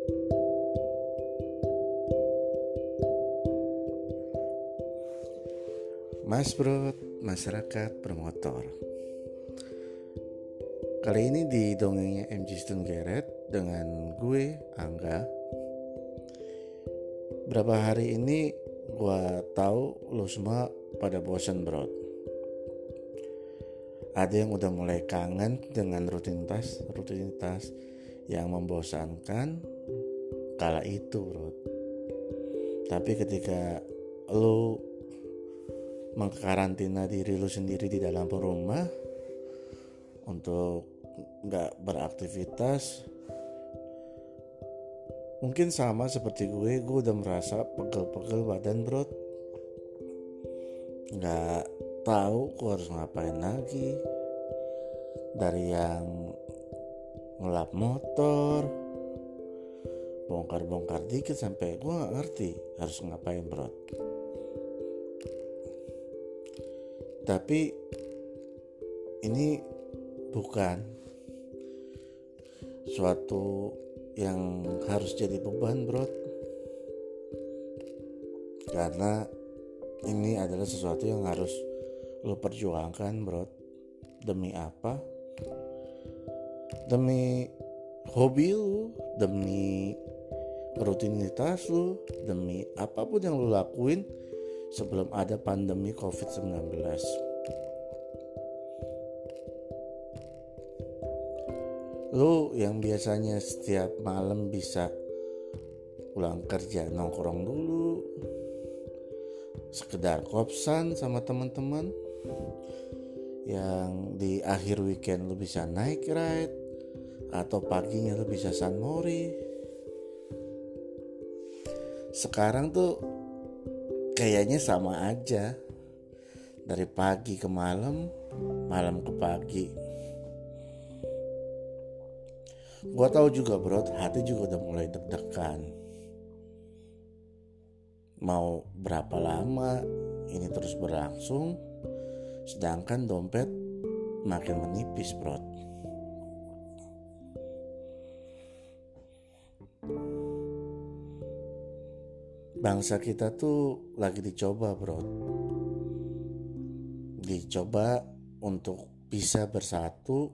Mas Bro, masyarakat bermotor. Kali ini di dongengnya MG Stone Garrett dengan gue, Angga. Berapa hari ini gue tahu lo semua pada bosan bro. Ada yang udah mulai kangen dengan rutinitas yang membosankan kala itu bro. Tapi ketika lo mengkarantina diri lu sendiri di dalam rumah untuk gak beraktivitas, mungkin sama seperti gue udah merasa pegel-pegel badan bro, gak tahu gue harus ngapain lagi. Dari yang ngelap motor, bongkar-bongkar dikit, sampai gue gak ngerti harus ngapain bro. Tapi ini bukan suatu yang harus jadi beban bro, karena ini adalah sesuatu yang harus lo perjuangkan bro. Demi apa? Demi hobi lo, demi rutinitas lo, demi apapun yang lo lakuin sebelum ada pandemi COVID-19. Lu yang biasanya setiap malam bisa pulang kerja nongkrong dulu, sekedar kopsan sama teman-teman, yang di akhir weekend lu bisa naik ride, atau paginya lu bisa sunmori. Sekarang tuh kayaknya sama aja, dari pagi ke malam, malam ke pagi. Gua tahu juga bro, hati juga udah mulai deg-degan. Mau berapa lama ini terus berlangsung, sedangkan dompet makin menipis bro. Bangsa kita tuh lagi dicoba bro. Dicoba untuk bisa bersatu,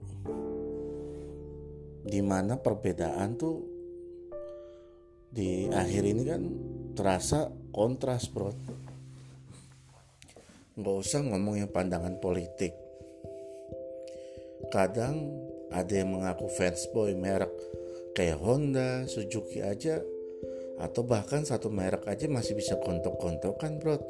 dimana perbedaan tuh di akhir ini kan terasa kontras bro. Gak usah ngomongin pandangan politik. Kadang ada yang mengaku fansboy merek kayak Honda, Suzuki aja, atau bahkan satu merek aja masih bisa gontok-gontokan bro.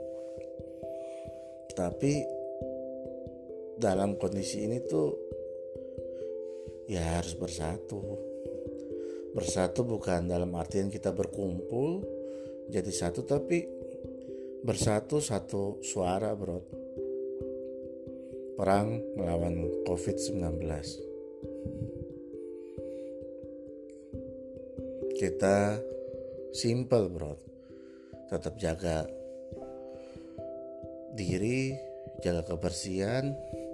Tapi dalam kondisi ini tuh ya harus bersatu. Bersatu bukan dalam artian kita berkumpul jadi satu, tapi bersatu satu suara bro. Perang melawan COVID-19. Kita simple bro, tetap jaga diri, jaga kebersihan,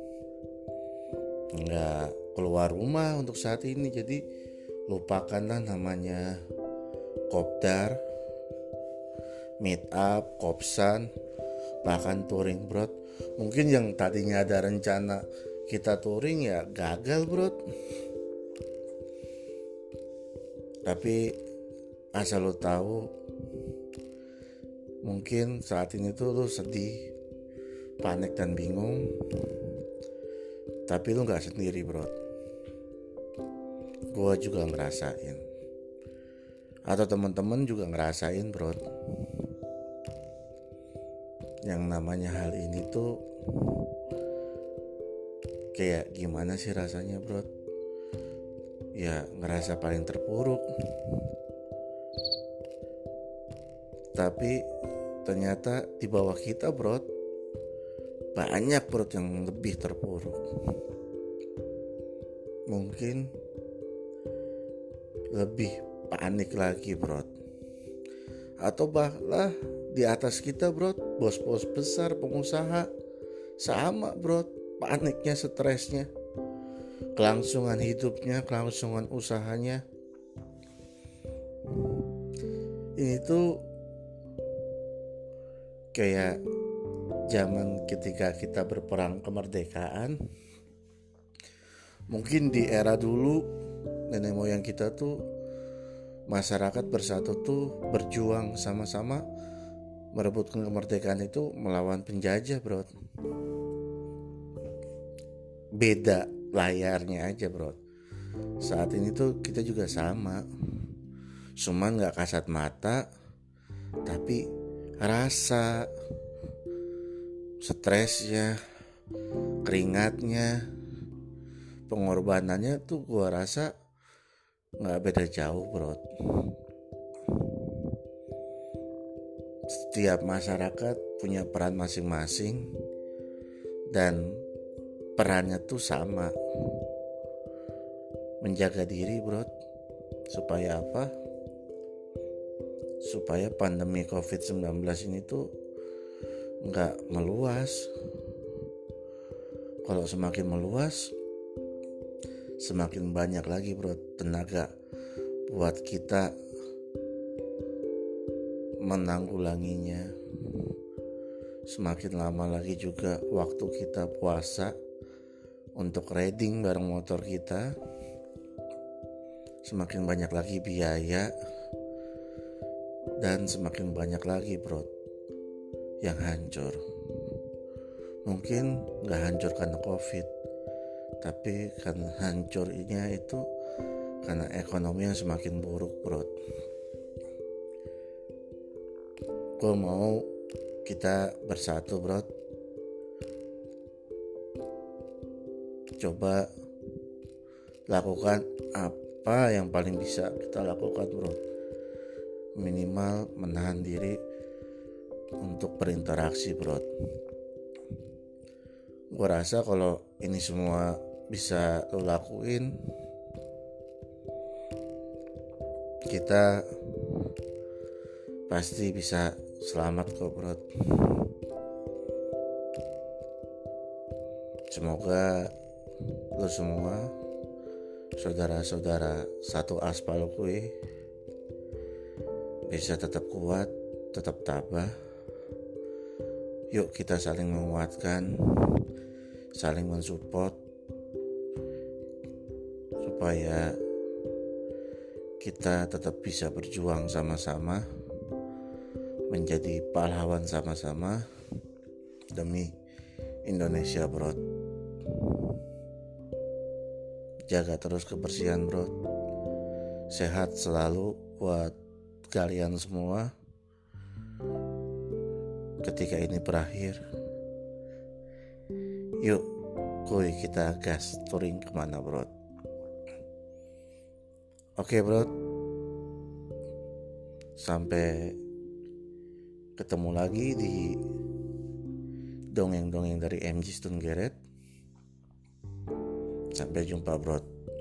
nggak keluar rumah untuk saat ini. Jadi lupakanlah namanya kopdar, meet up, kopsan, bahkan touring bro. Mungkin yang tadinya ada rencana kita touring ya gagal bro. Tapi asal lo tahu, mungkin saat ini tuh lo sedih, panik dan bingung, tapi lo gak sendiri bro. Gue juga ngerasain, atau teman-teman juga ngerasain bro. Yang namanya hal ini tuh kayak gimana sih rasanya bro? Ya ngerasa paling terpuruk. Tapi ternyata di bawah kita bro, banyak bro yang lebih terpuruk. Mungkin lebih panik lagi bro. Atau bahkan di atas kita bro, bos-bos besar, pengusaha, sama bro, paniknya, stresnya, kelangsungan hidupnya, kelangsungan usahanya. Ini tuh kayak zaman ketika kita berperang kemerdekaan. Mungkin di era dulu nenek moyang kita tuh, masyarakat bersatu tuh berjuang sama-sama merebut kemerdekaan itu melawan penjajah, bro. Beda layarnya aja, bro. Saat ini tuh kita juga sama, cuman gak kasat mata, tapi rasa stresnya, keringatnya, pengorbanannya tuh gua rasa gak beda jauh, bro. Setiap masyarakat punya peran masing-masing, dan perannya tuh sama, menjaga diri, bro. Supaya apa? Supaya pandemi COVID-19 ini tuh gak meluas. Kalau semakin meluas, semakin banyak lagi, bro, tenaga buat kita menanggulanginya. Semakin lama lagi juga waktu kita puasa untuk riding bareng motor kita, semakin banyak lagi biaya, dan semakin banyak lagi, bro, yang hancur. Mungkin gak hancur karena COVID, tapi karena hancurnya itu karena ekonomi yang semakin buruk, bro. Gue mau kita bersatu, bro. Coba lakukan apa yang paling bisa kita lakukan, bro. Minimal menahan diri untuk berinteraksi, bro. Gue rasa kalau ini semua bisa lo lakuin, kita pasti bisa selamat kok, bro. Semoga lo semua, saudara-saudara satu aspal gue, bisa tetap kuat, tetap tabah. Yuk kita saling menguatkan, saling mensupport, supaya kita tetap bisa berjuang sama-sama, menjadi pahlawan sama-sama demi Indonesia, bro. Jaga terus kebersihan, bro. Sehat selalu buat kalian semua. Ketika ini berakhir, yuk kuy kita gas touring kemana, bro. Oke, bro. Sampai ketemu lagi di dongeng-dongeng dari MG Stone Garret. Sampai jumpa, bro.